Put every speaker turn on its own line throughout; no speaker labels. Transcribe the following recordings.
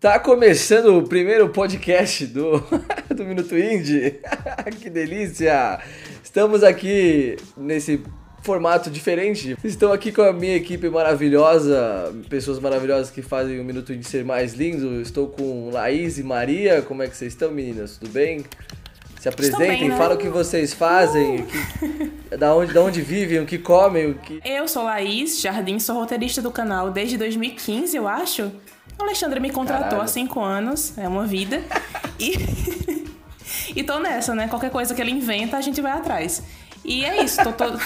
Tá começando o primeiro podcast do Minuto Indie. Que delícia! Estamos aqui nesse formato diferente. Estão aqui com a minha equipe maravilhosa, pessoas maravilhosas que fazem o Minuto Indie ser mais lindo. Estou com Laís e Maria. Como é que vocês estão, meninas? Tudo bem? Se apresentem, né? Falam o que vocês fazem, da onde vivem, o que comem, o que...
Eu sou Laís Jardim, sou roteirista do canal desde 2015, eu acho. O Alexandre me contratou há 5 anos, é uma vida. E tô nessa, né? Qualquer coisa que ele inventa, a gente vai atrás. E é isso,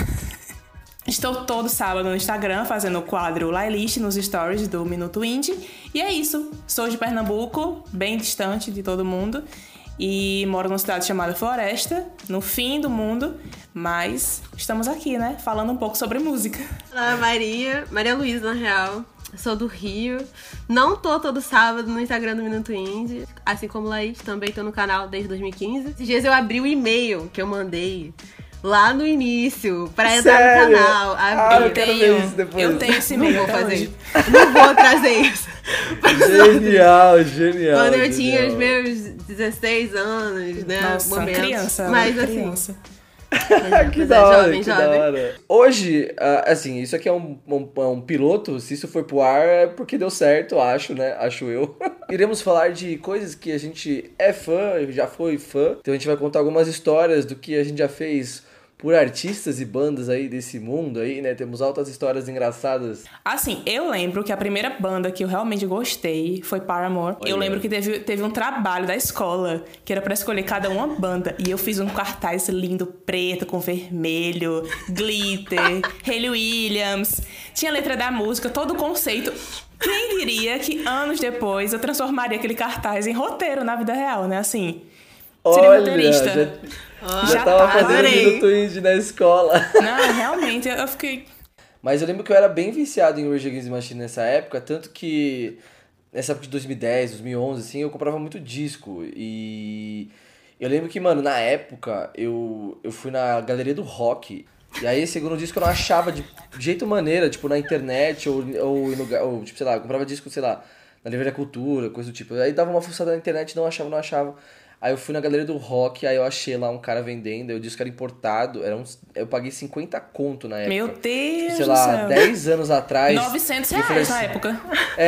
estou todo sábado no Instagram fazendo o quadro Lailist nos stories do Minuto Indie. E é isso, sou de Pernambuco, bem distante de todo mundo. E moro numa cidade chamada Floresta, no fim do mundo. Mas estamos aqui, né? Falando um pouco sobre música.
Olá, Maria Luísa, na real. Sou do Rio. Não tô todo sábado no Instagram do Minuto Indie. Assim como Laís, também tô no canal desde 2015. Esses dias eu abri o e-mail que eu mandei lá no início pra entrar no canal.
Eu tenho esse e-mail.
Não vou fazer isso. Não vou trazer isso.
Genial.
Quando eu tinha os meus 16 anos, né?
Nossa, criança.
Mas
criança.
Assim...
Que da hora, da hora. Hoje, assim, isso aqui é um piloto. Se isso for pro ar é porque deu certo, acho, né? Acho eu. Iremos falar de coisas que a gente é fã, já foi fã. Então a gente vai contar algumas histórias do que a gente já fez por artistas e bandas aí desse mundo aí, né? Temos altas histórias engraçadas.
Assim, eu lembro que a primeira banda que eu realmente gostei foi Paramore.
Olha.
Eu lembro que teve um trabalho da escola que era pra escolher cada uma banda. E eu fiz um cartaz lindo, preto, com vermelho, glitter, Hayley Williams. Tinha a letra da música, todo o conceito. Quem diria que anos depois eu transformaria aquele cartaz em roteiro na vida real, né? Assim, seria roteirista.
Já tava fazendo Minuto Indie na escola.
Não, realmente, eu fiquei...
Mas eu lembro que eu era bem viciado em Rage Against the Machine nessa época, tanto que nessa época de 2010, 2011, assim, eu comprava muito disco. E eu lembro que, mano, na época, eu fui na Galeria do Rock. E aí, segundo disco, eu não achava de jeito maneira, tipo, na internet ou tipo, sei lá, eu comprava disco, sei lá, na Livraria Cultura, coisa do tipo. Aí dava uma fuçada na internet, não achava. Aí eu fui na Galeria do Rock, aí eu achei lá um cara vendendo, aí o disco era importado, eu paguei 50 conto na época.
Meu Deus,
tipo, sei lá, 10 anos atrás.
R$900 na época.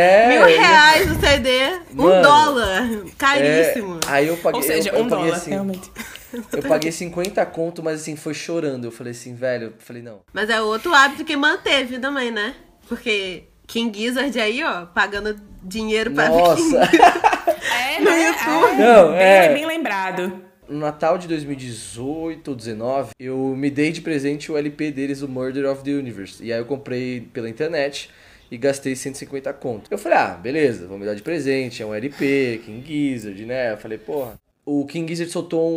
R$1.000 no CD, mano, $1, caríssimo.
Aí eu paguei...
Ou seja,
eu
$1,
paguei, assim,
realmente.
Eu paguei 50 conto, mas assim, foi chorando. Eu falei assim, velho, não.
Mas é outro hábito que manteve também, né? Porque King Gizzard aí, ó, pagando dinheiro pra
Nossa!
No YouTube. Bem lembrado.
No Natal de 2018 ou 2019, eu me dei de presente o LP deles, o Murder of the Universe. E aí eu comprei pela internet e gastei 150 conto. Eu falei, beleza, vou me dar de presente, é um LP, King Gizzard, né? Eu falei, porra. O King Gizzard soltou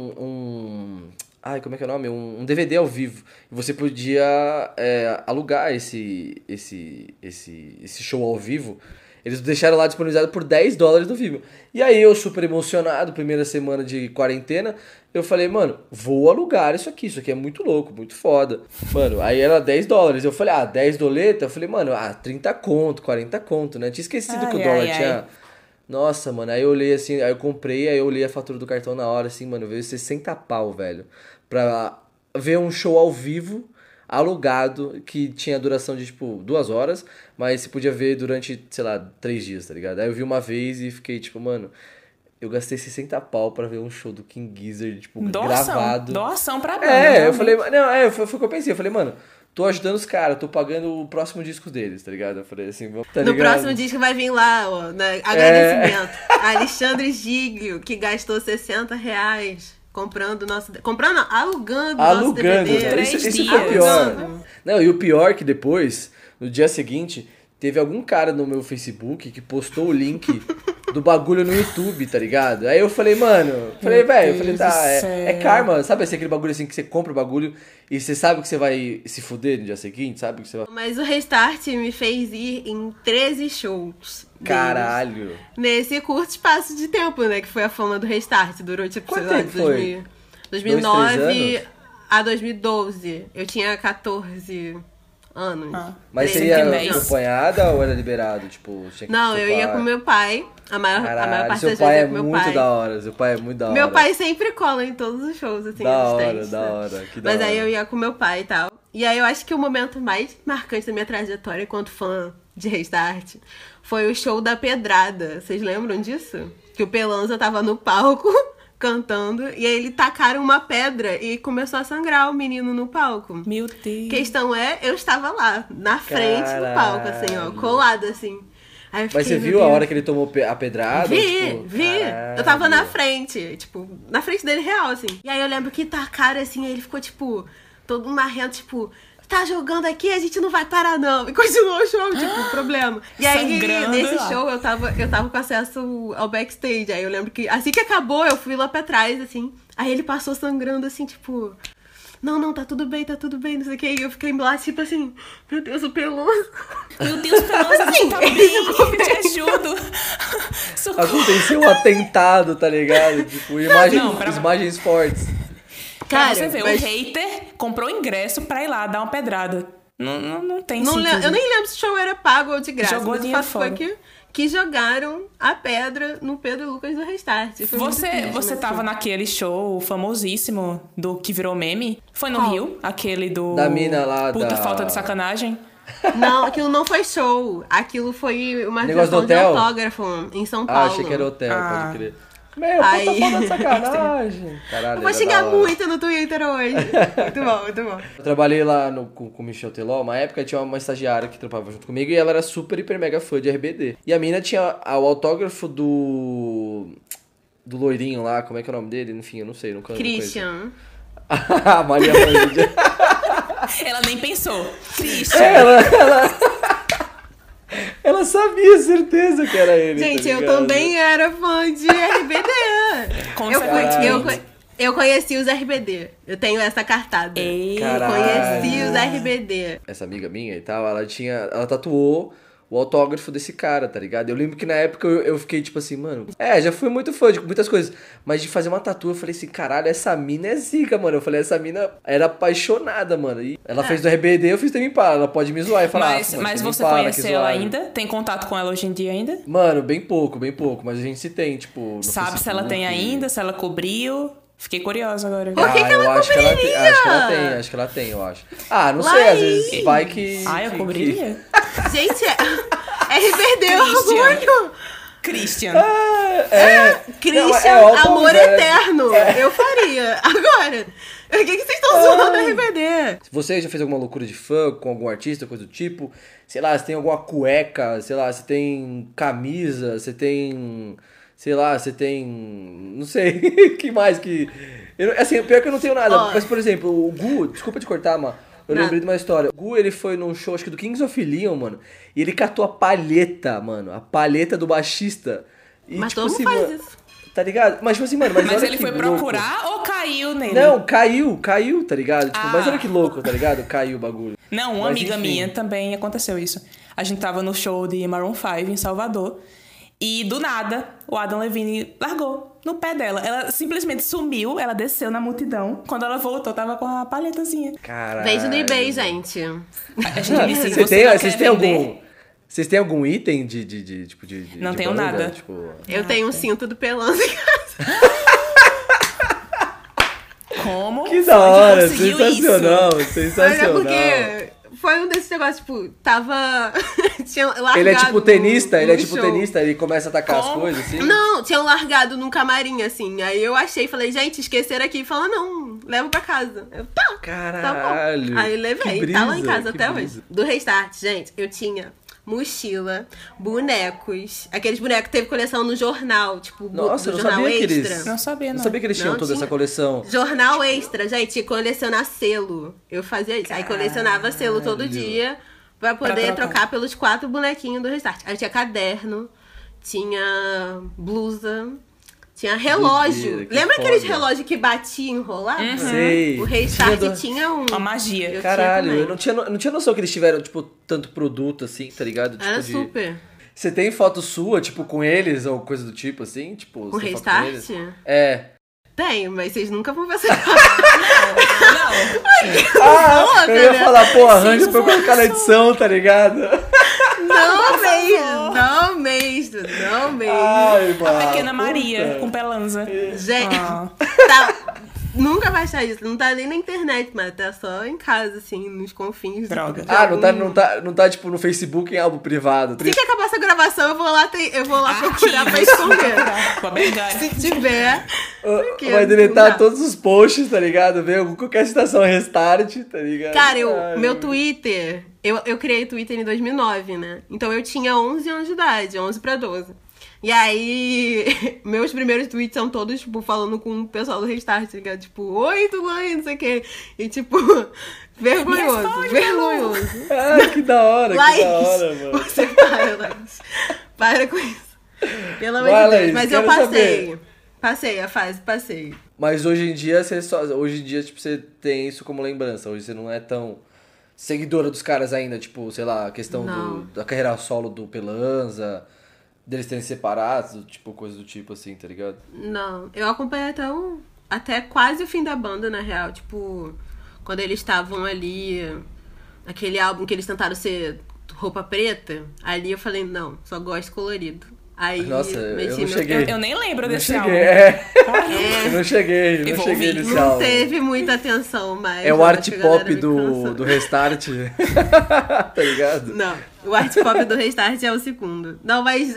como é que é o nome? Um DVD ao vivo. E você podia alugar esse show ao vivo. Eles deixaram lá disponibilizado por $10 no Vimeo. E aí eu, super emocionado, primeira semana de quarentena, eu falei, mano, vou alugar isso aqui é muito louco, muito foda. Mano, aí era $10. Eu falei, 10 doleta? Eu falei, mano, 30 conto, 40 conto, né? Tinha esquecido que o dólar tinha... Nossa, mano, aí eu olhei assim, aí eu comprei, aí eu olhei a fatura do cartão na hora, assim, mano, veio 60 pau, velho. Pra ver um show ao vivo, alugado, que tinha duração de, tipo, 2 horas, mas você podia ver durante, sei lá, 3 dias, tá ligado? Aí eu vi uma vez e fiquei, tipo, mano, eu gastei 60 pau pra ver um show do King Gizzard, tipo, gravado.
Doação pra banda.
Eu falei, foi o que eu pensei, eu falei, mano, tô ajudando os caras, tô pagando o próximo disco deles, tá ligado? Eu falei assim, tá ligado?
No próximo disco vai vir lá, ó, agradecimento. Alexandre Giglio, que gastou R$60 alugando nosso DVD.
Né? Isso foi pior. Não, e o pior que depois, no dia seguinte, teve algum cara no meu Facebook que postou o link do bagulho no YouTube, tá ligado? Aí eu falei, é karma, sabe assim, aquele bagulho assim que você compra o bagulho e você sabe que você vai se fuder no dia seguinte, sabe que você vai...
Mas o Restart me fez ir em 13 shows.
Caralho!
Nesse curto espaço de tempo, né? Que foi a fama do Restart. Durou, tipo,
Quanto
sei lá,
tempo foi?
2009 a 2012. Eu tinha 14 Anos.
Mas você ia acompanhada ou era liberado? Tipo, tinha que
Não, eu ia com meu pai. A maior parte
seu
das
pai
vezes
é
com meu
muito
pai.
da hora. Seu pai é muito da hora.
Meu pai sempre cola em todos os shows, assim,
Da
existentes,
hora. Que da
Mas
hora.
aí eu ia com meu pai e tal. E aí eu acho que o momento mais marcante da minha trajetória enquanto fã de Restart foi o show da Pedrada. Vocês lembram disso? Que o Pelanza tava no palco cantando e aí ele tacaram uma pedra e começou a sangrar o menino no palco.
Meu Deus.
Questão é, eu estava lá, na frente do palco, assim, ó, colada, assim. Aí eu fiquei,
Mas você
meu
viu a
Deus.
hora que ele tomou a pedrada?
Vi. Eu tava na frente, tipo, na frente dele real, assim. E aí eu lembro que tacaram, assim, aí ele ficou, tipo, todo marrento, tipo, tá jogando aqui, a gente não vai parar, não. E continuou o show, tipo, problema. E aí,
Sangrando
nesse
lá.
show, eu tava com acesso ao backstage. Aí eu lembro que, assim que acabou, eu fui lá pra trás, assim. Aí ele passou sangrando, assim, tipo... Não, tá tudo bem, não sei o que. E eu fiquei lá, tipo assim, meu Deus, o Pelanza.
Meu Deus, Pelanza,
Assim,
tá bem, eu te ajudo. Socorro.
Aconteceu um atentado, tá ligado? Tipo, imagens fortes.
Pra
Cara,
você ver,
mas-
o hater comprou ingresso pra ir lá dar uma pedrada. Não tem
Não
sentido.
eu nem lembro se o show era pago ou de graça.
Jogou
mas o
dinheiro
fato foi
fora.
que jogaram a pedra no Pedro Lucas do Restart. Foi muito triste,
Você
né?
tava naquele show famosíssimo do que virou meme? Foi no
Qual?
Rio? Aquele do...
Da mina lá
Puta
da-
falta de sacanagem.
Não, aquilo não foi show. Aquilo foi uma
Negócio do
sessão de
hotel?
autógrafo em São
Ah,
Paulo.
achei que era hotel,
Ah.
pode crer. Meu,
Aí-
puta foda de sacanagem. Caralho,
Eu vou
era
xingar
da hora.
muito no Twitter hoje. Muito bom, muito bom.
Eu trabalhei lá com o Michel Teló, uma época tinha uma estagiária que trampava junto comigo e ela era super, hiper, mega fã de RBD. E a mina tinha o autógrafo do loirinho lá, como é que é o nome dele? Enfim, eu não sei, nunca
Christian.
A Maria Marília.
Ela nem pensou. Christian.
Ela sabia, certeza que era ele.
Gente,
tá
eu
ligado?
também era fã de RBD.
Consequentemente.
Eu conheci os RBD. Eu tenho essa cartada.
Ei,
Caralho.
Conheci os RBD.
Essa amiga minha e tal, ela tatuou o autógrafo desse cara, tá ligado? Eu lembro que na época eu fiquei tipo assim, mano... já fui muito fã de muitas coisas, mas de fazer uma tatu eu falei assim, caralho, essa mina é zica, mano. Eu falei, essa mina era apaixonada, mano. E ela fez do RBD, eu fiz também Impala. Ela pode me zoar e falar...
Mas
mano,
você
Impala,
conhece
que
ela
zoado.
ainda? Tem contato com ela hoje em dia ainda?
Mano, bem pouco, mas a gente se tem, tipo... no
Sabe se ela tem
Facebook.
ainda, se ela cobriu? Fiquei curiosa agora.
Por que
eu
ela
acho que ela tem,
cobriria?
acho que ela tem, eu acho. Ah, não sei, às vezes vai que...
Ah, eu
que-
cobriria?
Gente, RBD é
Christian.
orgulho.
Christian.
Christian,
Não, é óbvio,
amor
né?
eterno. Eu faria. Agora, o que vocês estão zoando RBD?
Você já fez alguma loucura de fã com algum artista, coisa do tipo? Sei lá, você tem alguma cueca, sei lá, você tem camisa, você tem... Sei lá, você tem... Não sei, que mais que... Assim, pior que eu não tenho nada.
Ó.
Mas, por exemplo, o Gu... Desculpa te cortar, mano. Eu
Nada.
lembrei de uma história. O Gu, ele foi num show, acho que do Kings of Leon, mano. E ele catou a palheta, mano. A palheta do baixista. E,
Mas
tipo
todo
assim,
mundo faz
mano,
isso.
Tá ligado? Mas, tipo assim, mano... Mas,
Mas
olha
ele
que
foi
louco.
procurar ou caiu nele?
Não, caiu, tá ligado? Tipo, mas
Ah.
olha que louco, tá ligado? Caiu o bagulho.
Não, uma
Mas,
amiga
enfim.
minha também aconteceu isso. A gente tava no show de Maroon 5 em Salvador. E do nada, o Adam Levine largou no pé dela. Ela simplesmente sumiu, ela desceu na multidão. Quando ela voltou, tava com a palhetazinha.
Caralho.
Vende no eBay, gente.
A gente disse,
Você tem,
não
vocês
quer
têm
vender?
algum... Vocês têm algum item tipo de
Não
de
tenho
banda?
nada.
Tipo...
Eu tenho um cinto do Pelanza em casa.
Como?
Que
foi
da hora,
conseguiu
sensacional,
Mas é
sensacional.
porque foi um desses negócios, tipo, tava... tinha largado
Ele é tipo tenista,
no-
ele é
no
tipo
show.
tenista, ele começa a atacar as
Como?
coisas, assim.
Não, tinham largado num camarim, assim. Aí eu achei, falei, gente, esqueceram aqui. Fala, não, levo pra casa. Eu, tá, tá
Caralho,
bom. Aí levei,
que
tá lá em
brisa,
casa
que
até
brisa.
hoje. Do Restart, gente, eu tinha mochila, bonecos. Aqueles bonecos que teve coleção no jornal, tipo,
Nossa,
do
eu não
jornal
sabia que
extra.
eles...
Não sabia, não.
Não sabia que eles tinham
Não
toda
tinha.
essa coleção.
Jornal extra, gente, ia colecionar selo. Eu fazia isso. Aí colecionava selo todo dia pra poder
trocar.
trocar pelos 4 bonequinhos do Restart. Aí tinha caderno, tinha blusa, tinha relógio.
Doideira, que
Lembra aqueles
foda.
relógios que batia e enrolava?
Sei.
O Restart
Tinha
tinha um.
Uma magia.
Eu
Caralho,
tinha
eu não tinha noção que eles tiveram, tipo, tanto produto, assim, tá ligado? Tipo,
Era
de...
super.
Você tem foto sua, tipo, com eles ou coisa do tipo, assim? Tipo,
Com
você tem foto
Restart?
eles? É.
Tenho, mas vocês nunca vão ver essa
Ah, eu ia falar, pô, arranja pra eu
for
colocar na edição, tá ligado?
Não mesmo.
Ai, mano.
A pequena Maria com pelanza.
Gente,
Ah.
tá, nunca vai achar isso. Não tá nem na internet, mas tá só em casa, assim, nos confins.
Droga.
Ah, não tá tipo no Facebook em álbum privado.
Assim que acabar essa gravação, eu vou lá procurar pra esconder.
Com a bengala.
Se tiver. porque
Vai
não
deletar
dá.
todos os posts, tá ligado? Ver qualquer citação restart, tá ligado?
Cara,
Ai,
meu Twitter... Eu criei Twitter em 2009, né? Então eu tinha 11 anos de idade, 11 pra 12. E aí, meus primeiros tweets são todos, tipo, falando com o pessoal do Restart, tá ligado? Tipo, oi, Tulane, não sei o quê. E, tipo, vergonhoso.
Ai, que da hora,
Laís,
que da hora, mano.
você para, Laís. Para com isso. Pelo amor
Vai,
de Deus.
Laís,
Mas eu
quero
passei.
saber.
Passei a fase, passei.
Mas hoje em dia, tipo, você tem isso como lembrança. Hoje você não é tão seguidora dos caras ainda, tipo, sei lá, a questão da carreira solo do Pelanza, deles terem separados, tipo, coisa do tipo assim, tá ligado?
Não, eu acompanhei até quase o fim da banda, na real. Tipo, quando eles estavam ali, aquele álbum que eles tentaram ser roupa preta, ali eu falei, não, só gosto colorido. Aí,
Nossa, eu não cheguei.
Eu nem lembro
Não
desse
cheguei,
álbum.
Eu não cheguei
Evolvi.
nesse
Não
álbum.
teve muita atenção, mas...
É o
eu
art
acho que a galera
pop
me cansou.
do Restart, tá ligado?
Não, o art pop do Restart é o segundo. Não, mas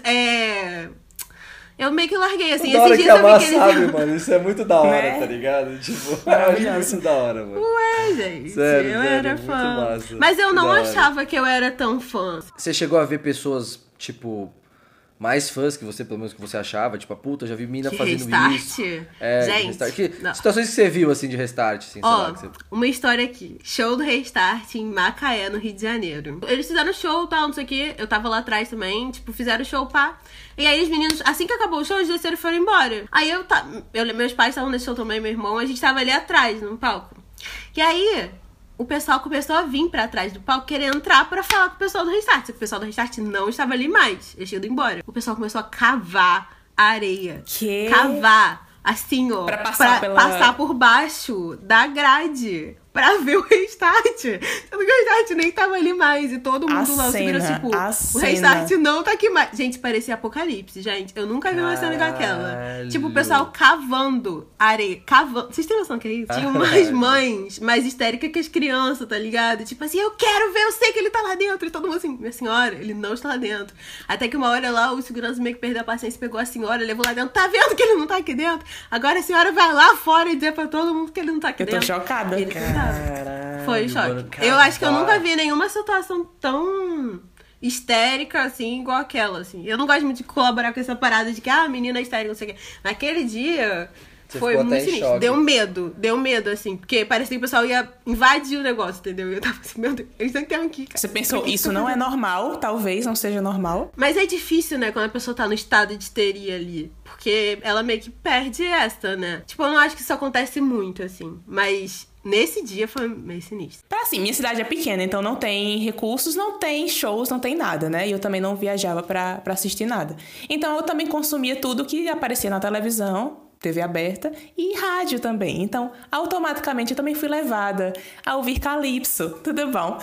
eu meio que larguei, assim.
Da hora
Esses
que
dias eu
a
vi que
Má
eles...
sabe, mano, isso é muito da hora,
Né?
tá ligado? Tipo, eu acho muito da hora, mano.
Ué, gente,
Sério,
eu
sério,
era
muito
fã.
massa.
Mas eu
Que
não
da hora.
achava que eu era tão fã.
Você chegou a ver pessoas, tipo, mais fãs que você, pelo menos que você achava? Tipo, puta, eu já vi mina
Que
fazendo
Restart?
isso. É, de
Gente,
Restart. Que
não.
situações que você viu, assim, de Restart, assim, sei lá.
Ó,
Que você...
uma história aqui. Show do Restart em Macaé, no Rio de Janeiro. Eles fizeram show e tal, não sei o que. Eu tava lá atrás também, tipo, fizeram show, pá. E aí os meninos, assim que acabou o show, eles desceram e foram embora. Aí meus pais estavam nesse show também, meu irmão, a gente tava ali atrás, no palco. E aí, o pessoal começou a vir pra trás do palco, querer entrar pra falar com o pessoal do Restart. Só que o pessoal do Restart não estava ali mais, eles tinham ido embora. O pessoal começou a cavar a areia.
Que?
Cavar, assim, ó.
Pra passar
por baixo da grade. Pra ver o Restart. Sendo que o Restart nem tava ali mais. E todo mundo lá segurou, tipo, o Restart não tá aqui mais. Gente, parecia apocalipse, gente. Eu nunca vi uma cena igual aquela. Tipo, o pessoal cavando areia. Cavando. Vocês têm noção do que é isso? Tinha umas mães mais histéricas que as crianças, tá ligado? Tipo assim, eu quero ver, eu sei que ele tá lá dentro. E todo mundo assim, minha senhora, ele não está lá dentro. Até que uma hora lá, o segurança meio que perdeu a paciência, pegou a senhora, levou lá dentro. Tá vendo que ele não tá aqui dentro? Agora a senhora vai lá fora e dizer pra todo mundo que ele não tá aqui
Eu tô
dentro.
chocada.
Ele tava.
Caralho,
Foi choque.
mano,
Eu acho que eu nunca
cavalo.
vi nenhuma situação tão histérica, assim, igual aquela, assim. Eu não gosto muito de colaborar com essa parada de que, menina histérica, não sei o quê. Naquele dia,
Você
foi
ficou
muito
até em
sinistro.
choque.
Deu medo, assim, porque parecia que o pessoal ia invadir o negócio, entendeu? E eu tava assim, meu Deus, eles não estão aqui, cara.
Você pensou, isso não é normal, talvez não seja normal.
Mas é difícil, né, quando a pessoa tá no estado de histeria ali. Porque ela meio que perde essa, né? Tipo, eu não acho que isso acontece muito, assim. Mas nesse dia foi meio sinistro.
Assim, minha cidade é pequena, então não tem recursos, não tem shows, não tem nada, né? E eu também não viajava pra assistir nada. Então eu também consumia tudo que aparecia na televisão, TV aberta e rádio também. Então, automaticamente eu também fui levada a ouvir Calypso. Tudo bom?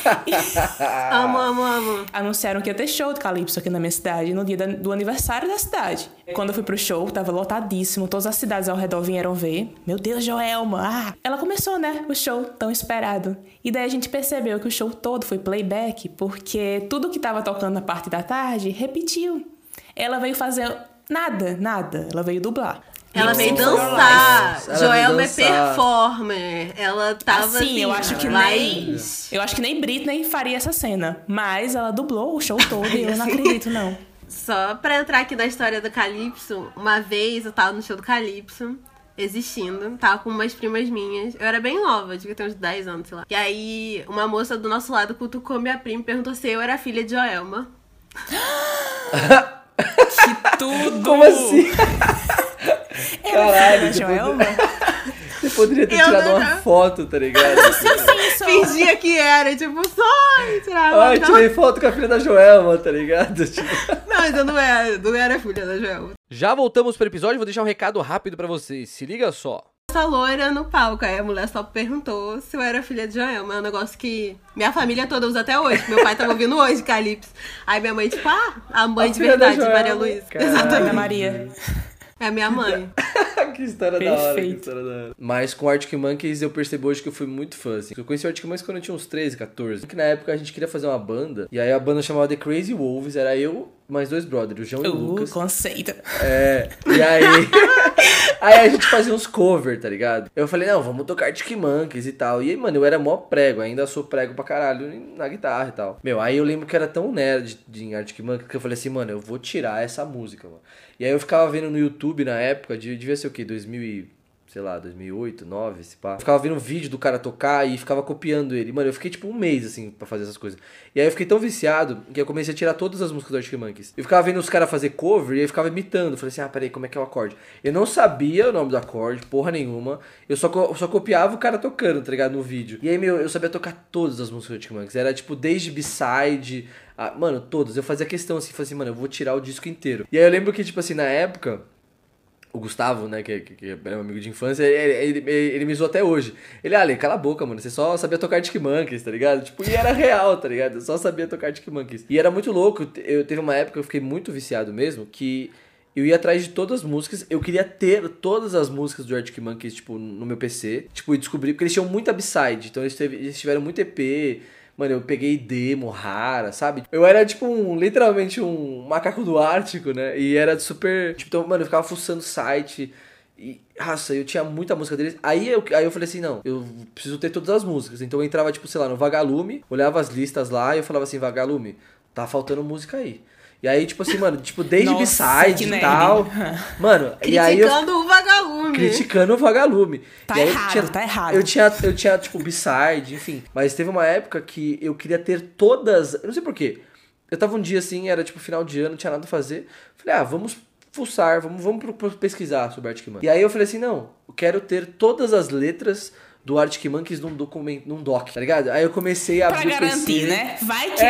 Amo.
Anunciaram que ia ter show de Calypso aqui na minha cidade no dia do aniversário da cidade. Quando eu fui pro show, tava lotadíssimo. Todas as cidades ao redor vieram ver. Meu Deus, Joelma! Ela começou, né? O show tão esperado. E daí a gente percebeu que o show todo foi playback, porque tudo que tava tocando na parte da tarde repetiu. Ela veio fazer nada. Ela veio dublar.
Ela
Lip
veio
sync for
dançar.
life. Ela
Joelma
veio
é
dançar.
performer. Ela tava assim,
eu acho que
Laís.
nem Britney faria essa cena. Mas ela dublou o show todo e eu não acredito, não.
Só pra entrar aqui na história do Calypso, uma vez eu tava no show do Calypso, existindo, tava com umas primas minhas. Eu era bem nova, devia ter uns 10 anos, sei lá. E aí, uma moça do nosso lado cutucou minha prima e perguntou se eu era filha de Joelma.
Que tudo!
Como assim?
Ela
Caralho,
era
tipo,
Joelma?
poderia ter tirado uma foto, tá ligado?
Sim,
Fingia que era, tipo, só tirava.
Ai, tirei foto com a filha da Joelma, tá ligado? Tipo...
Não, ainda não era filha da Joelma.
Já voltamos pro episódio, vou deixar um recado rápido pra vocês. Se liga só.
Essa loira no palco, aí a mulher só perguntou se eu era filha de Joelma. É um negócio que minha família toda usa até hoje. Meu pai tava ouvindo hoje, Calypso. Aí minha mãe, tipo, a mãe de verdade, Maria Luísa.
Exatamente. Maria.
É a minha mãe.
Que história da hora, que história da hora. Mas com Arctic Monkeys eu percebo hoje que eu fui muito fã, assim. Eu conheci o Arctic Monkeys quando eu tinha uns 13, 14. Porque na época a gente queria fazer uma banda, e aí a banda chamava The Crazy Wolves, era eu, mais dois brothers, o João e o Lucas.
Conceito.
E aí... aí a gente fazia uns covers, tá ligado? Eu falei, não, vamos tocar Arctic Monkeys e tal. E aí, mano, eu era mó prego, ainda sou prego pra caralho na guitarra e tal. Aí eu lembro que era tão nerd de Arctic Monkeys que eu falei assim, mano, eu vou tirar essa música, mano. E aí eu ficava vendo no YouTube na época, devia ser o quê? 2008, 2009, esse pá. Eu ficava vendo um vídeo do cara tocar e ficava copiando ele. Mano, eu fiquei tipo um mês, assim, pra fazer essas coisas. E aí eu fiquei tão viciado que eu comecei a tirar todas as músicas do Arctic Monkeys. Eu ficava vendo os caras fazer cover e eu ficava imitando. Eu falei assim, peraí, como é que é o acorde? Eu não sabia o nome do acorde, porra nenhuma. Eu só copiava o cara tocando, tá ligado? No vídeo. E aí, eu sabia tocar todas as músicas do Arctic Monkeys. Era tipo, desde B-side... mano, todas. Eu fazia questão assim, falei assim, mano, eu vou tirar o disco inteiro. E aí eu lembro que, tipo assim, na época... O Gustavo, né, que é meu amigo de infância, ele me zoou até hoje. Ele, Ale, cala a boca, mano, você só sabia tocar Arctic Monkeys, tá ligado? Tipo, e era real, tá ligado? Eu só sabia tocar Arctic Monkeys. E era muito louco, teve uma época que eu fiquei muito viciado mesmo, que eu ia atrás de todas as músicas, eu queria ter todas as músicas do Arctic Monkeys, tipo, no meu PC, tipo, e descobri, porque eles tinham muita B-side, então eles tiveram muito EP... Mano, eu peguei demo, rara, sabe? Eu era, tipo, literalmente um macaco do Ártico, né? E era super... Tipo, então, mano, eu ficava fuçando site. E, nossa, eu tinha muita música deles. Aí eu falei assim, não, eu preciso ter todas as músicas. Então eu entrava, tipo, sei lá, no Vagalume, olhava as listas lá e eu falava assim, Vagalume, tá faltando música aí. E aí, tipo assim, mano, tipo, desde B-side e tal. Mano, e aí
criticando o Vagalume.
Criticando o Vagalume.
Tá
e aí
errado, tá errado.
Eu tinha, tipo, B-side, enfim. Mas teve uma época que eu queria ter todas... Eu não sei porquê. Eu tava um dia assim, era tipo final de ano, não tinha nada a fazer. Falei, vamos fuçar, vamos pesquisar sobre Arctic Monkeys. E aí eu falei assim, não, eu quero ter todas as letras... do Arctic Monkeys num doc, tá ligado? Aí eu comecei a abrir
o PC. Pra garantir, né? Vai que...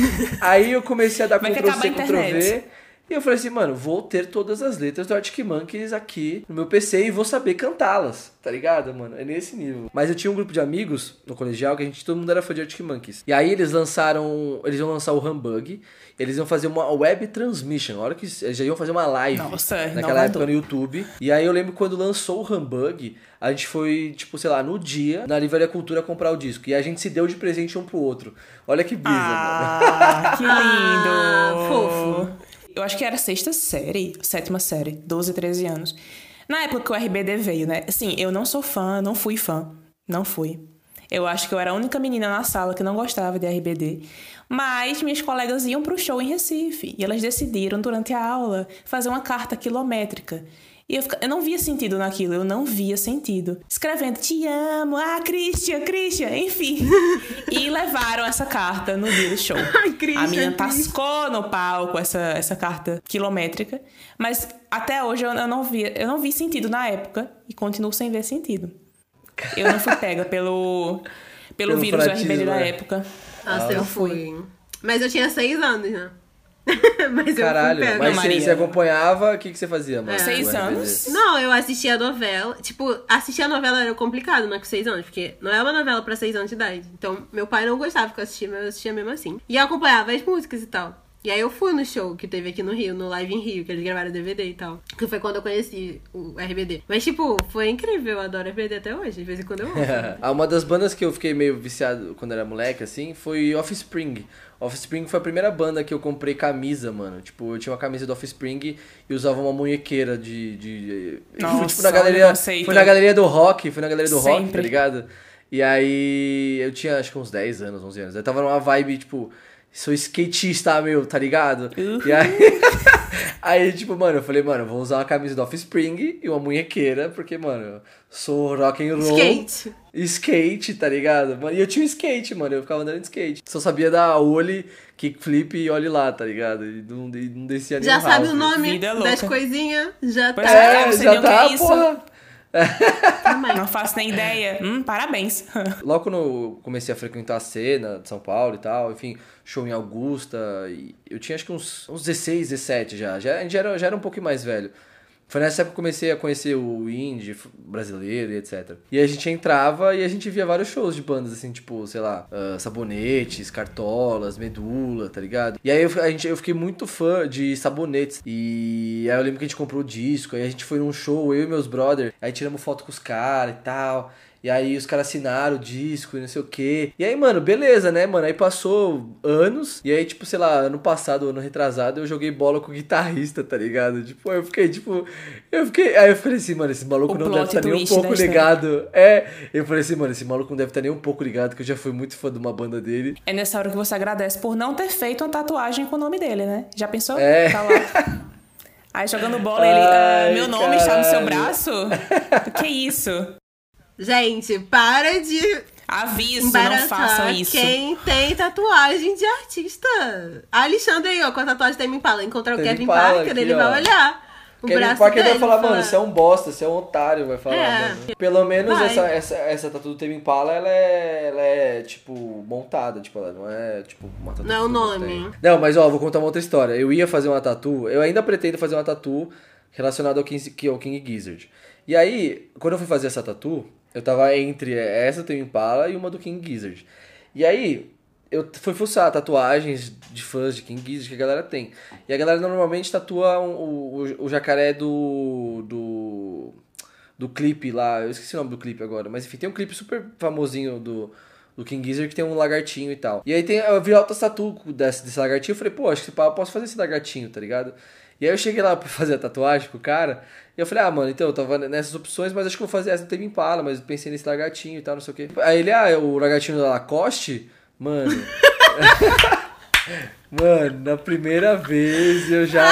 aí eu comecei a dar
Ctrl-C,
Ctrl-V. E eu falei assim, mano, vou ter todas as letras do Arctic Monkeys aqui no meu PC e vou saber cantá-las, tá ligado, mano? É nesse nível. Mas eu tinha um grupo de amigos no colegial que todo mundo era fã de Arctic Monkeys. E aí eles iam lançar o Humbug, eles iam fazer uma web transmission, a hora que eles já iam fazer uma live.
Nossa,
naquela época no YouTube. E aí eu lembro quando lançou o Humbug, a gente foi, tipo, sei lá, no dia, na Livraria Cultura comprar o disco. E a gente se deu de presente um pro outro. Olha que brisa, mano.
Que lindo!
Fofo.
Eu acho que era sétima série, 12, 13 anos. Na época que o RBD veio, né? Assim, eu não sou fã, não fui fã. Não fui. Eu acho que eu era a única menina na sala que não gostava de RBD. Mas minhas colegas iam pro show em Recife. E elas decidiram, durante a aula, fazer uma carta quilométrica. E eu não via sentido naquilo, eu não via sentido. Escrevendo, te amo, Christian, enfim. E levaram essa carta no dia do show. A menina tascou no palco essa carta quilométrica. Mas até hoje eu não vi sentido na época e continuo sem ver sentido. Eu não fui pega pelo vírus do RBD da época.
Nossa, eu fui. Mas eu tinha 6 anos, né? Mas
caralho,
eu
mas você acompanhava, o que você fazia, mano?
6 anos?
Não, eu assistia a novela. Tipo, assistir a novela era complicado, né, com 6 anos, porque não é uma novela pra 6 anos de idade. Então, meu pai não gostava que eu assistia, mas eu assistia mesmo assim. E eu acompanhava as músicas e tal. E aí eu fui no show que teve aqui no Rio, no Live em Rio, que eles gravaram DVD e tal. Que foi quando eu conheci o RBD. Mas, tipo, foi incrível, eu adoro RBD até hoje, de vez em quando eu ouço.
Uma das bandas que eu fiquei meio viciado quando era moleque, assim, foi Offspring. Offspring foi a primeira banda que eu comprei camisa, mano. Tipo, eu tinha uma camisa do Offspring e usava uma munhequeira
Nossa,
tipo, na galeria. Foi na galeria do rock, tá ligado? E aí eu tinha acho que uns 10 anos, 11 anos. Eu tava numa vibe, tipo, sou skatista, meu, tá ligado? E aí, tipo, mano, eu falei, mano, vou usar uma camisa do Offspring e uma munhequeira, porque, mano, eu sou rock and roll. Skate, tá ligado? E eu tinha um skate, mano, eu ficava andando de skate. Só sabia dar ollie, kickflip e ollie lá, tá ligado? E não descia nem
já sabe o nome das coisinhas? Já tá.
Já tá, porra.
Não faço nem ideia. Parabéns.
Logo quando eu comecei a frequentar a cena de São Paulo e tal, enfim, show em Augusta, e eu tinha acho que uns 16, 17 já. A gente já era um pouquinho mais velho. Foi nessa época que eu comecei a conhecer o indie brasileiro e etc. E a gente entrava e a gente via vários shows de bandas, assim, tipo, sei lá, Sabonetes, Cartolas, Medula, tá ligado? E aí eu fiquei muito fã de Sabonetes. E aí eu lembro que a gente comprou o disco, aí a gente foi num show, eu e meus brothers, aí tiramos foto com os caras e tal. E aí os caras assinaram o disco e não sei o quê. E aí, mano, beleza, né, mano? Aí passou anos. E aí, tipo, sei lá, ano passado, ano retrasado, eu joguei bola com o guitarrista, tá ligado? Tipo, aí eu falei assim, mano, esse maluco não deve estar nem um pouco ligado. Eu falei assim, mano, esse maluco não deve estar nem um pouco ligado, que eu já fui muito fã de uma banda dele.
É nessa hora que você agradece por não ter feito uma tatuagem com o nome dele, né? Já pensou?
Tá
lá. Aí jogando bola, ele... meu nome está no seu braço? Que isso?
Gente, para de
aviso, não façam isso.
Quem tem tatuagem de artista. A Alexandre aí, ó, com a tatuagem Tame Impala. Encontrar o Kevin Parker, aqui, ele vai olhar o
Kevin
braço
Parker
dele.
Vai falar, mano, você é um bosta, você é um otário, vai falar, mano. Pelo menos essa tatu do Tame Impala, ela é, tipo, montada, tipo, ela não é, tipo, uma tatu.
Não é o nome.
Não, mas, ó, vou contar uma outra história. Eu ia fazer uma tatu, eu ainda pretendo fazer uma tatu relacionada ao King Gizzard. E aí, quando eu fui fazer essa tatu, eu tava entre essa do Tame Impala e uma do King Gizzard. E aí, eu fui fuçar tatuagens de fãs de King Gizzard que a galera tem. E a galera normalmente tatua o jacaré do clipe lá. Eu esqueci o nome do clipe agora. Mas enfim, tem um clipe super famosinho do King Gizzard que tem um lagartinho e tal. E aí eu vi altas tatu desse lagartinho. Eu falei, pô, acho que eu posso fazer esse lagartinho, tá ligado? E aí eu cheguei lá pra fazer a tatuagem com o cara, e eu falei, mano, então, eu tava nessas opções, mas acho que eu vou fazer essa do Tame Impala, mas eu pensei nesse lagartinho e tal, não sei o quê. Aí ele, o lagartinho da Lacoste, mano... Mano, na primeira vez eu já...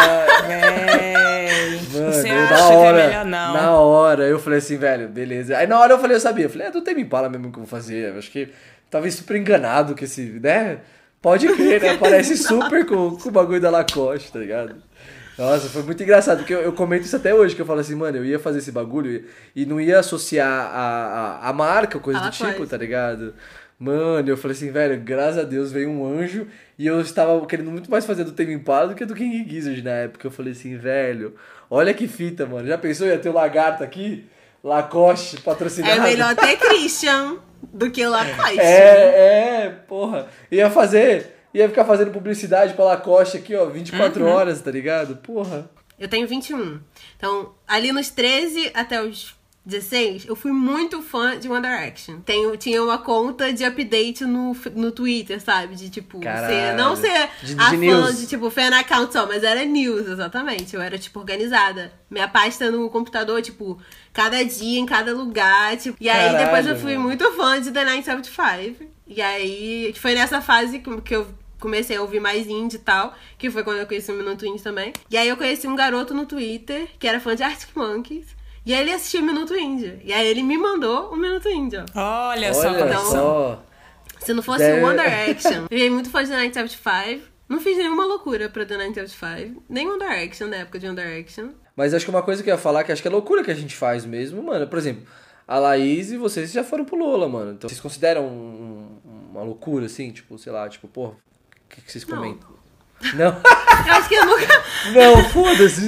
Mano,
você acha que é melhor não?
Na hora, eu falei assim, velho, beleza. Aí na hora eu falei, eu sabia, eu falei, é do Tame Impala mesmo que eu vou fazer, eu acho que tava super enganado com esse, né? Pode crer, né? Parece super com o bagulho da Lacoste, tá ligado? Nossa, foi muito engraçado, porque eu comento isso até hoje, que eu falo assim, mano, eu ia fazer esse bagulho e não ia associar a marca, coisa do tipo, tá ligado? Mano, eu falei assim, velho, graças a Deus veio um anjo e eu estava querendo muito mais fazer do Tame Impala do que do King Gizzard na época. Eu falei assim, velho, olha que fita, mano. Já pensou, ia ter o lagarto aqui? Lacoste, patrocinado.
É melhor ter Christian do que Lacoste.
Porra. Ia ficar fazendo publicidade pra Lacoste aqui, ó, 24 horas, tá ligado? Porra.
Eu tenho 21. Então, ali nos 13 até os 16, eu fui muito fã de One Direction. Tinha uma conta de update no Twitter, sabe? De, tipo, não ser a fã de, tipo, fan account só, mas era news, exatamente. Eu era, tipo, organizada. Minha pasta no computador, tipo, cada dia, em cada lugar, tipo... E aí, depois eu fui muito fã de The 975. E aí, foi nessa fase que eu comecei a ouvir mais indie e tal, que foi quando eu conheci o Minuto Indie também. E aí eu conheci um garoto no Twitter, que era fã de Arctic Monkeys, e aí ele assistiu o Minuto Indie. E aí ele me mandou o Minuto Indie, ó.
Olha só.
Se não fosse o One Direction, eu fiquei muito fã de The 975. Não fiz nenhuma loucura pra The 975. Nem One Direction, na época de One Direction.
Mas acho que uma coisa que eu ia falar, que acho que é loucura que a gente faz mesmo, mano. Por exemplo, a Laís e vocês já foram pro Lola, mano. Então vocês consideram uma loucura, assim? Tipo, sei lá, tipo, porra, o que vocês comentam? Não?
Eu acho que eu nunca...
Não, foda-se.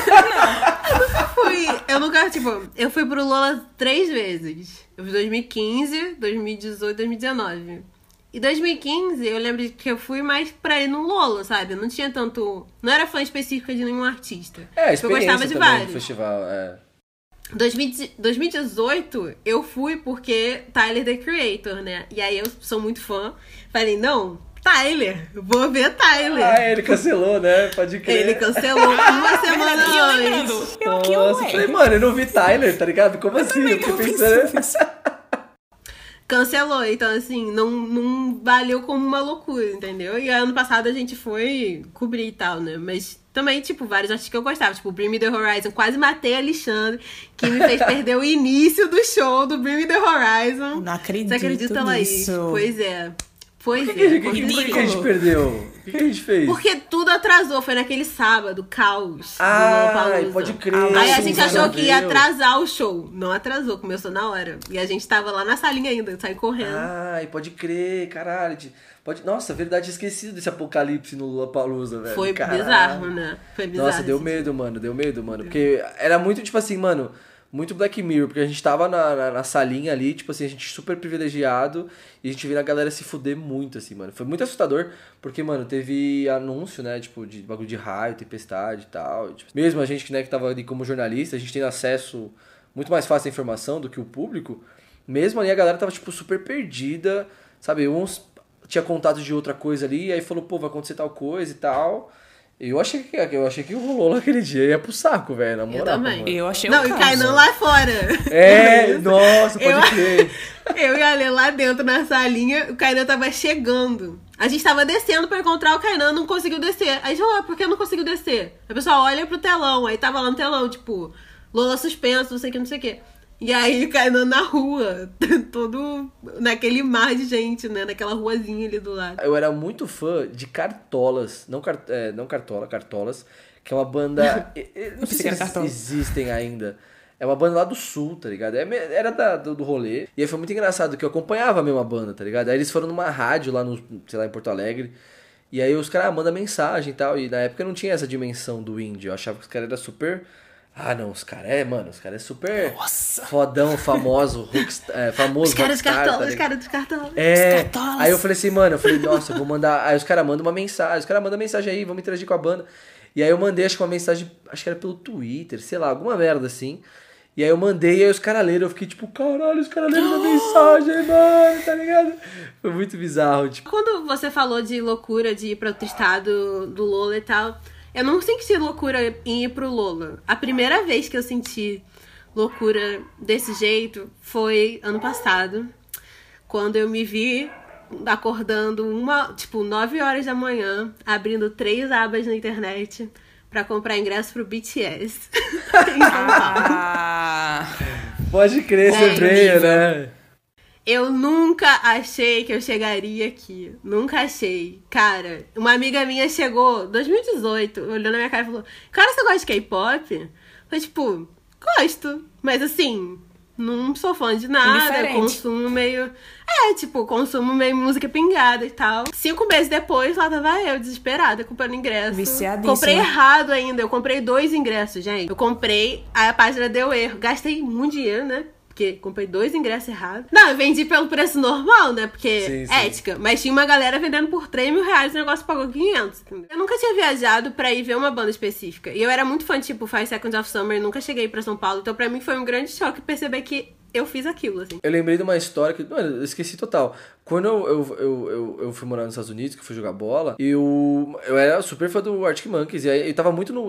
Eu fui pro Lola 3 vezes. Eu fui 2015, 2018, 2019. E 2015, eu lembro que eu fui mais pra ir no Lola, sabe? Eu não tinha tanto... Não era fã específica de nenhum artista.
Eu gostava de vários. Festival,
2018, eu fui porque Tyler, The Creator, né? E aí eu sou muito fã. Falei, não... Tyler, vou ver Tyler.
Ele cancelou, né? Pode crer.
Ele cancelou uma semana antes.
Nossa, eu falei, mano, eu não vi Tyler, tá ligado? Como assim? Eu fiquei pensando...
Cancelou, então assim, não valeu como uma loucura, entendeu? E ano passado a gente foi cobrir e tal, né? Mas também, tipo, vários artistas que eu gostava, tipo, Bring Me The Horizon, quase matei a Alexandre, que me fez perder o início do show do Bring Me The Horizon.
Não acredito.
Você acredita, Laís?
Nisso.
Pois é.
Por que a gente perdeu? que a gente fez?
Porque tudo atrasou, foi naquele sábado, caos.
Pode crer.
Aí a gente
sim,
achou que ia
viu?
atrasar o show. Não atrasou, começou na hora. E a gente tava lá na salinha ainda, saiu correndo.
Pode crer, caralho. Nossa, verdade, esqueci desse apocalipse no Lollapalooza, velho.
Foi
Caralho.
bizarro, né? Foi bizarro.
Nossa, deu medo, mano. Porque era muito, tipo assim, mano, muito Black Mirror, porque a gente tava na salinha ali, tipo assim, a gente super privilegiado, e a gente via a galera se fuder muito, assim, mano. Foi muito assustador, porque, mano, teve anúncio, né, tipo, de bagulho de raio, tempestade e tal. Tipo, mesmo a gente, né, que tava ali como jornalista, a gente tem acesso muito mais fácil à informação do que o público. Mesmo ali a galera tava, tipo, super perdida, sabe? Uns tinha contato de outra coisa ali, e aí falou, pô, vai acontecer tal coisa e tal. Eu achei que rolou naquele dia ia pro saco, velho, na moral.
Eu também.
Mano.
Eu achei
Não, e o Kainan lá fora.
Nossa, pode crer.
Eu e a Lê lá dentro na salinha, o Kainan tava chegando. A gente tava descendo pra encontrar o Kainan, não conseguiu descer. Aí a gente falou, por que não conseguiu descer? A pessoa olha pro telão, aí tava lá no telão, tipo, Lola suspenso, não sei o que. E aí o Kainan na rua, todo naquele mar de gente, né? Naquela ruazinha ali do lado.
Eu era muito fã de Cartolas, não Cartola, Cartolas, que é uma banda... não sei se eles existem ainda. É uma banda lá do Sul, tá ligado? Era do rolê. E aí foi muito engraçado, que eu acompanhava a mesma banda, tá ligado? Aí eles foram numa rádio lá, sei lá, em Porto Alegre. E aí os caras mandam mensagem e tal. E na época não tinha essa dimensão do indie. Eu achava que os caras eram super... não, os caras é super fodão, famoso, famoso.
Os caras
rockstar,
cartolas, os caras dos cartolas.
Aí eu falei assim, mano, nossa, eu vou mandar. Aí os caras mandam uma mensagem, aí, vamos interagir com a banda. E aí eu mandei, acho que uma mensagem, acho que era pelo Twitter, sei lá, alguma merda assim. E aí eu mandei, e aí os caras leram, eu fiquei tipo, caralho, os caras leram minha mensagem, mano, tá ligado? Foi muito bizarro, tipo.
Quando você falou de loucura de ir pra outro estado do Lola e tal, eu não senti loucura em ir pro Lola. A primeira vez que eu senti loucura desse jeito foi ano passado, quando eu me vi acordando 9 horas da manhã, abrindo 3 abas na internet pra comprar ingresso pro BTS. Em São Paulo.
Pode crer, você veio, né?
Eu nunca achei que eu chegaria aqui. Nunca achei. Cara, uma amiga minha chegou em 2018, olhou na minha cara e falou: cara, você gosta de K-pop? Foi tipo, gosto. Mas assim, não sou fã de nada. Consumo meio música pingada e tal. 5 meses depois, lá tava eu, desesperada, comprando ingresso.
Viciadíssima.
Comprei errado ainda. Eu comprei 2 ingressos, gente. Eu comprei, aí a página deu erro. Gastei muito dinheiro, né? Porque comprei 2 ingressos errados. Não, eu vendi pelo preço normal, né? Porque
sim.
ética. Mas tinha uma galera vendendo por 3 mil reais, o negócio pagou 500. Entendeu? Eu nunca tinha viajado pra ir ver uma banda específica. E eu era muito fã de, tipo, 5 Seconds of Summer. Nunca cheguei pra São Paulo. Então pra mim foi um grande choque perceber que eu fiz aquilo, assim.
Eu lembrei de uma história que... Mano, eu esqueci total. Quando eu fui morar nos Estados Unidos, que eu fui jogar bola, eu era super fã do Arctic Monkeys. E aí eu tava muito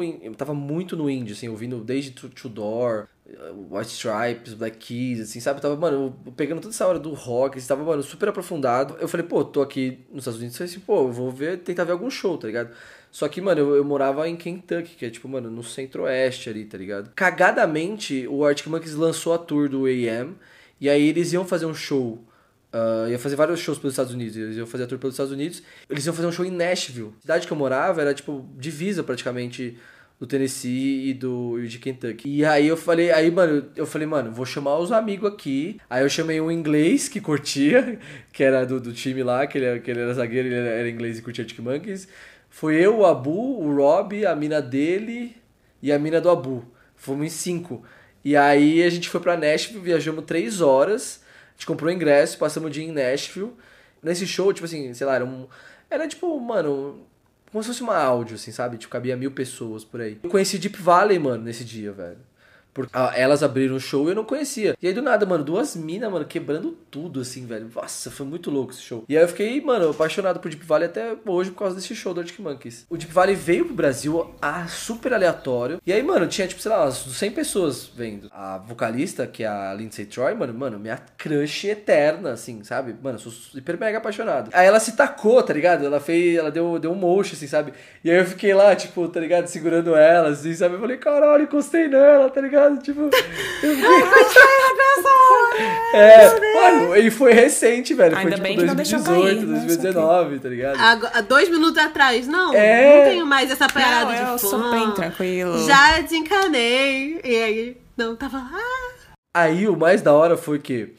no indie, assim, ouvindo desde Tudor, White Stripes, Black Keys, assim, sabe? Eu tava, mano, pegando toda essa hora do rock, tava, mano, super aprofundado. Eu falei, pô, tô aqui nos Estados Unidos, eu falei assim, pô, eu vou tentar ver algum show, tá ligado? Só que, mano, eu morava em Kentucky, que é tipo, mano, no centro-oeste ali, tá ligado? Cagadamente, o Arctic Monkeys lançou a tour do A.M. E aí eles iam fazer um show, ia fazer vários shows pelos Estados Unidos, eles iam fazer a tour pelos Estados Unidos, eles iam fazer um show em Nashville. A cidade que eu morava era, tipo, divisa praticamente do Tennessee e de Kentucky. E aí eu falei, mano, vou chamar os amigos aqui. Aí eu chamei um inglês que curtia, que era do time lá, que ele era zagueiro, ele era inglês e curtia Arctic Monkeys. Foi eu, o Abu, o Rob, a mina dele e a mina do Abu. Fomos em 5. E aí a gente foi pra Nashville, viajamos 3 horas, a gente comprou ingresso, passamos o dia em Nashville. Nesse show, tipo assim, sei lá, era tipo, mano, como se fosse uma áudio, assim, sabe? Tipo, cabia 1.000 pessoas por aí. Eu conheci Deep Valley, mano, nesse dia, velho. Porque elas abriram o show e eu não conhecia. E aí do nada, mano, 2 minas, mano, quebrando tudo, assim, velho. Nossa, foi muito louco esse show. E aí eu fiquei, mano, apaixonado por Deep Valley até hoje por causa desse show do Arctic Monkeys. O Deep Valley veio pro Brasil super aleatório. E aí, mano, tinha, tipo, sei lá, umas 100 pessoas vendo. A vocalista, que é a Lindsay Troy, mano, minha crush eterna, assim, sabe? Mano, eu sou hiper mega apaixonado. Aí ela se tacou, tá ligado? Ela deu um motion, assim, sabe? E aí eu fiquei lá, tipo, tá ligado? Segurando ela, assim, sabe? Eu falei, caralho, encostei nela, tá ligado? Tipo, eu fiquei... Mano, ele foi recente, velho.
Ainda
foi
bem
tipo
que não deixou
2018,
cair, né?
2019, tá ligado?
Há 2 minutos atrás, não tenho mais essa parada
Não,
de fã.
eu sou bem tranquilo.
Já desencanei. E aí, não, tava lá.
Aí o mais da hora foi que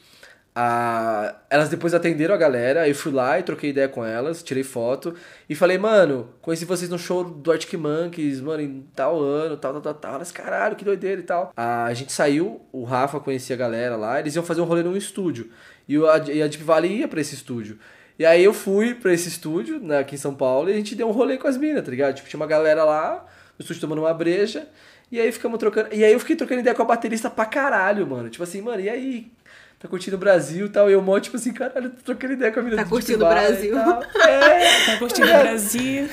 elas depois atenderam a galera, eu fui lá e troquei ideia com elas, tirei foto e falei, mano, conheci vocês no show do Arctic Monkeys, mano, em tal ano, tal. Elas, caralho, que doideira e tal. A gente saiu, o Rafa conhecia a galera lá, eles iam fazer um rolê num estúdio. E a Deep Valley ia pra esse estúdio. E aí eu fui pra esse estúdio, né, aqui em São Paulo, e a gente deu um rolê com as minas, tá ligado? Tipo, tinha uma galera lá, no estúdio tomando uma breja, e aí ficamos trocando. E aí eu fiquei trocando ideia com a baterista pra caralho, mano. Tipo assim, mano, e aí? Tá curtindo o Brasil e tal. E eu mó, tipo assim, caralho, tô trocando ideia com a menina
Tá
do Deep
curtindo o
Valley
Brasil.
e tal.
Tá curtindo o Brasil.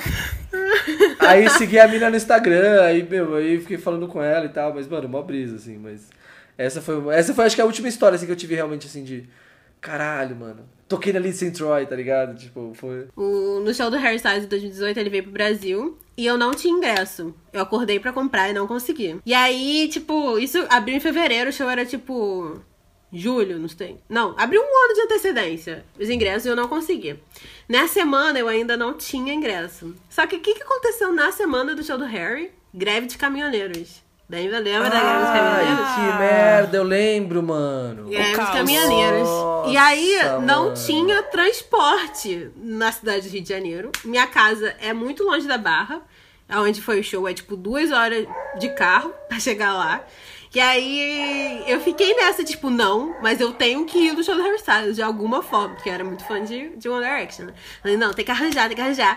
Aí segui a mina no Instagram, aí fiquei falando com ela e tal. Mas, mano, mó brisa, assim. Mas essa foi acho que a última história, assim, que eu tive realmente, assim, de... Caralho, mano. Toquei na Lindsay Troy, tá ligado? Tipo, foi...
No show do Harry Styles de 2018, ele veio pro Brasil. E eu não tinha ingresso. Eu acordei pra comprar e não consegui. E aí, tipo, isso abriu em fevereiro. O show era, tipo... julho, não sei. Não, abriu um ano de antecedência os ingressos e eu não consegui. Nessa semana eu ainda não tinha ingresso. Só que o que aconteceu na semana do show do Harry? Greve de caminhoneiros. Lembra da greve dos caminhoneiros?
Que merda, eu lembro, mano.
Greve dos
caos.
caminhoneiros.
Nossa,
E aí não
mano.
tinha transporte na cidade do Rio de Janeiro. Minha casa é muito longe da Barra. Onde foi o show, é tipo 2 horas de carro pra chegar lá. E aí eu fiquei nessa, tipo, não, mas eu tenho que ir no show do Harry Styles de alguma forma, porque eu era muito fã de One Direction, né? Falei, não, tem que arranjar.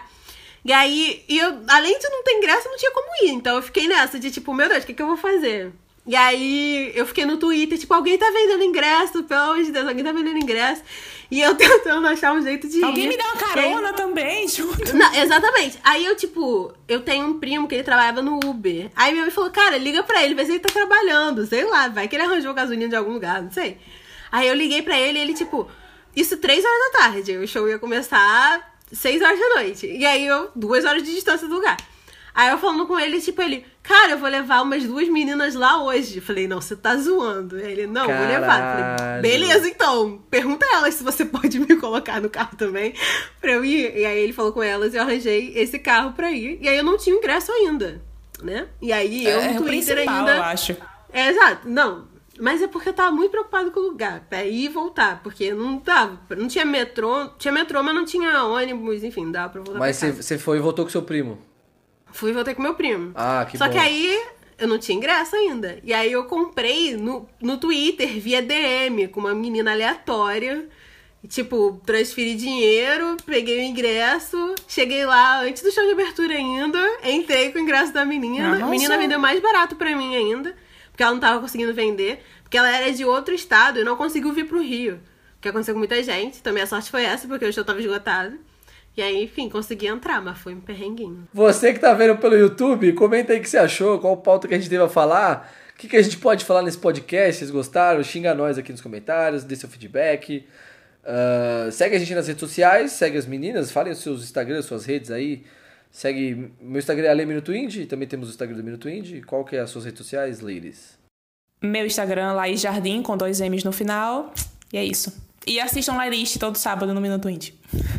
E aí, além de não ter ingresso, eu não tinha como ir. Então eu fiquei nessa de, tipo, meu Deus, o que eu vou fazer? E aí eu fiquei no Twitter, tipo, alguém tá vendendo ingresso, pelo amor de Deus, alguém tá vendendo ingresso. E eu tentando achar um jeito de
Alguém
ir.
me dá uma carona também, junto.
Não, exatamente. Aí eu tenho um primo que ele trabalhava no Uber. Aí minha mãe falou, cara, liga pra ele, vê se ele tá trabalhando. Sei lá, vai que ele arranjou gasolina de algum lugar, não sei. Aí eu liguei pra ele e ele, tipo, isso 3 horas da tarde. O show ia começar 6 horas da noite. E aí 2 horas de distância do lugar. Aí eu falando com ele, tipo, ele, cara, eu vou levar umas 2 meninas lá hoje. Eu falei, não, você tá zoando. Aí ele, não, vou levar. Eu falei, beleza, então, pergunta a elas se você pode me colocar no carro também pra eu ir. E aí ele falou com elas e eu arranjei esse carro pra ir. E aí eu não tinha ingresso ainda, né? E aí eu no Twitter ainda...
eu acho.
Exato, não. Mas é porque eu tava muito preocupado com o lugar, pra ir e voltar. Porque não tinha metrô. Tinha metrô, mas não tinha ônibus, enfim, não dava pra voltar
Mas
pra casa.
você foi e voltou com seu primo?
Fui e voltei com meu primo.
Ah, que
Só
bom.
que aí eu não tinha ingresso ainda. E aí eu comprei no Twitter, via DM, com uma menina aleatória. E, tipo, transferi dinheiro, peguei o ingresso, cheguei lá antes do show de abertura ainda, entrei com o ingresso da menina.
Nossa.
A menina vendeu mais barato pra mim ainda, porque ela não tava conseguindo vender. Porque ela era de outro estado e não conseguiu vir pro Rio. O que aconteceu com muita gente. Também a sorte foi essa, porque o show tava esgotado. E aí, enfim, consegui entrar, mas foi um perrenguinho.
Você que tá vendo pelo YouTube, comenta aí o que você achou, qual pauta que a gente deve falar, o que a gente pode falar nesse podcast, vocês gostaram, xinga nós aqui nos comentários, dê seu feedback. Segue a gente nas redes sociais, segue as meninas, falem os seus Instagrams, suas redes aí. Segue, meu Instagram é Ale Minuto Indie, também temos o Instagram do Minuto Indie. Qual que é as suas redes sociais, ladies?
Meu Instagram, Laís Jardim, com 2 M's no final. E é isso. E assistam Lailist todo sábado no Minuto Indie.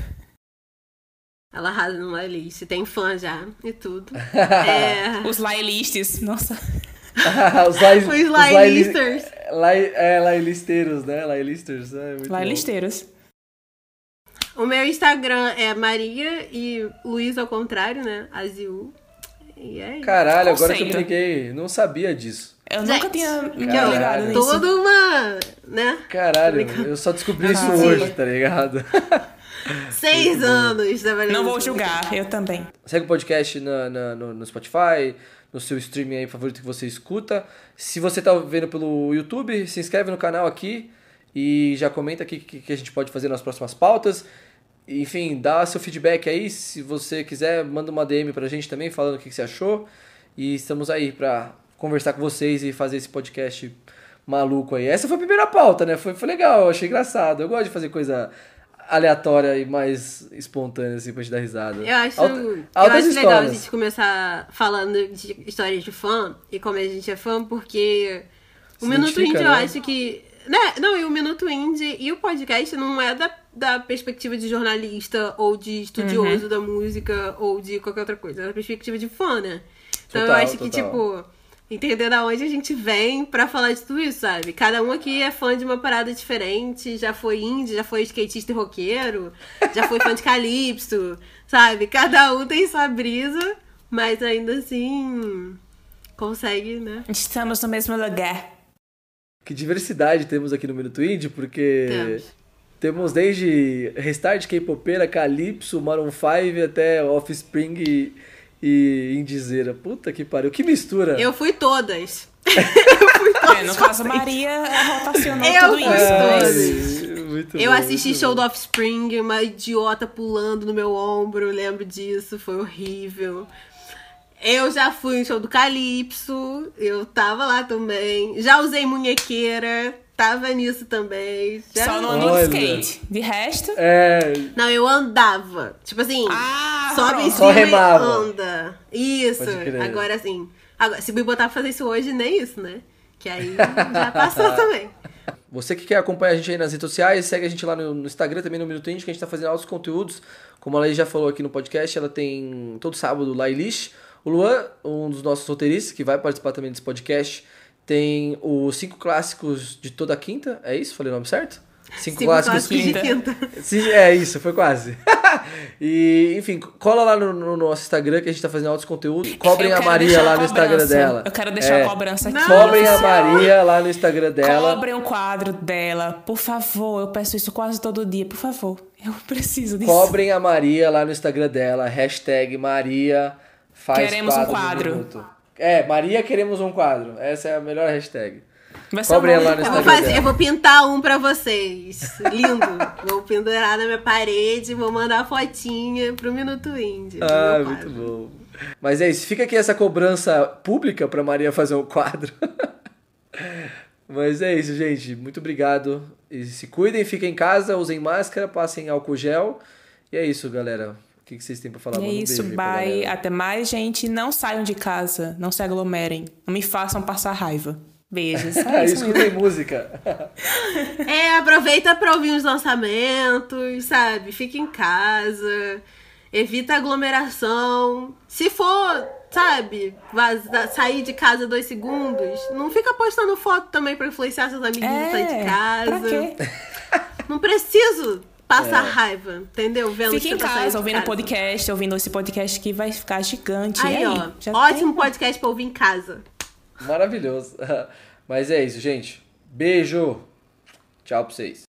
Ela arrasa no playlist, tem fã já e tudo.
Os Lailistes, nossa.
Os
Lailisters.
Lailisteiros, né? Lailisters, muito
Lailisteiros.
O meu Instagram é Maria e Luiz ao contrário, né? Azul. E é isso.
Caralho, agora que eu me
Conceito.
liguei, não sabia disso.
Eu
Gente,
nunca tinha me
caralho.
ligado nisso.
Toda uma, né?
Caralho, eu só descobri isso hoje, tá ligado?
6 anos trabalhando.
Não vou
nisso.
julgar, eu também.
Segue o podcast no Spotify, no seu streaming aí favorito que você escuta. Se você tá vendo pelo YouTube, se inscreve no canal aqui e já comenta aqui o que a gente pode fazer nas próximas pautas. Enfim, dá seu feedback aí. Se você quiser, manda uma DM pra gente também falando o que você achou. E estamos aí pra conversar com vocês e fazer esse podcast maluco aí. Essa foi a primeira pauta, né? Foi legal, eu achei engraçado. Eu gosto de fazer coisa aleatória e mais espontânea, assim, pra gente dar risada.
Eu acho,
Altas
legal a
histórias.
gente começar falando de histórias de fã e como a gente é fã, porque o
Se
Minuto
identifica,
Indie eu
né?
acho que Né? Não, e o Minuto Indie e o podcast não é da perspectiva de jornalista ou de estudioso da música ou de qualquer outra coisa. É da perspectiva de fã, né? Então eu acho que, tipo, entender da onde a gente vem pra falar de tudo isso, sabe? Cada um aqui é fã de uma parada diferente, já foi indie, já foi skatista e roqueiro, já foi fã de calypso, sabe? Cada um tem sua brisa, mas ainda assim consegue, né?
Estamos no mesmo lugar.
Que diversidade temos aqui no Minuto Indie, porque temos desde Restart, K-Popeira, Calypso, Maroon 5 até Offspring e Indizeira. Puta que pariu, que mistura.
Eu fui todas.
No caso, Maria rotacionou
Eu
tudo isso.
fui
Muito
Eu
bom,
assisti
muito
show
bom.
do Offspring, uma idiota pulando no meu ombro, eu lembro disso, foi horrível. Eu já fui em show do Calypso, eu tava lá também. Já usei munhequeira, tava nisso também. Já...
Só no andou de
Olha.
skate. De resto...
Não, eu andava. Tipo assim, sobe em
pronto.
cima
Só
e
remava.
anda. Isso.
Pode crer.
Agora assim, se me botar pra fazer isso hoje, nem isso, né? Que aí já passou também.
Você que quer acompanhar a gente aí nas redes sociais, segue a gente lá no Instagram, também no Minuto Indie, que a gente tá fazendo altos conteúdos. Como a Laís já falou aqui no podcast, ela tem todo sábado Lailish. O Luan, um dos nossos roteiristas, que vai participar também desse podcast, tem os 5 clássicos de toda quinta. É isso? Falei o nome certo? 5 clássicos
de
quinta.
quinta.
Sim, é isso, foi quase. E, enfim, cola lá no nosso Instagram que a gente tá fazendo altos conteúdos. Cobrem
Eu
a
quero
Maria
deixar
lá
a
no Instagram
cobrança.
dela.
Eu quero deixar a cobrança aqui.
Cobrem a
oficial.
Maria lá no Instagram dela.
Cobrem o quadro dela, por favor. Eu peço isso quase todo dia, por favor. Eu preciso disso.
Cobrem a Maria lá no Instagram dela. Hashtag Maria faz
Queremos um
do
quadro.
Minuto. Maria queremos um quadro. Essa é a melhor hashtag.
Vai ser
Cobrem
um
lá no
nome
Eu vou,
Instagram dela.
eu vou pintar um pra vocês. Lindo. Vou pendurar na minha parede, vou mandar a fotinha pro Minuto Indie. do
Ah,
meu
muito
quadro.
bom. Mas é isso, fica aqui essa cobrança pública pra Maria fazer um quadro. Mas é isso, gente. Muito obrigado. E se cuidem, fiquem em casa, usem máscara, passem álcool gel. E é isso, galera. O que vocês têm pra falar?
É
Manda um
isso,
beijo aí pra
bye.
galera.
Até mais, gente. Não saiam de casa. Não se aglomerem. Não me façam passar raiva. Beijos. É isso mesmo.
Escutem música.
Aproveita pra ouvir os lançamentos, sabe? Fica em casa. Evita aglomeração. Se for, sabe, sair de casa 2 segundos, não fica postando foto também pra influenciar seus amiguinhos a sair de casa.
Pra quê?
Não preciso passar raiva, entendeu? Vendo
Fique
que
em
você tá saindo
casa,
de
ouvindo
casa.
podcast, ouvindo esse podcast que vai ficar gigante.
Aí,
E
ó.
Já
Ótimo
tem-
podcast pra ouvir em casa.
Maravilhoso. Mas é isso, gente. Beijo. Tchau pra vocês.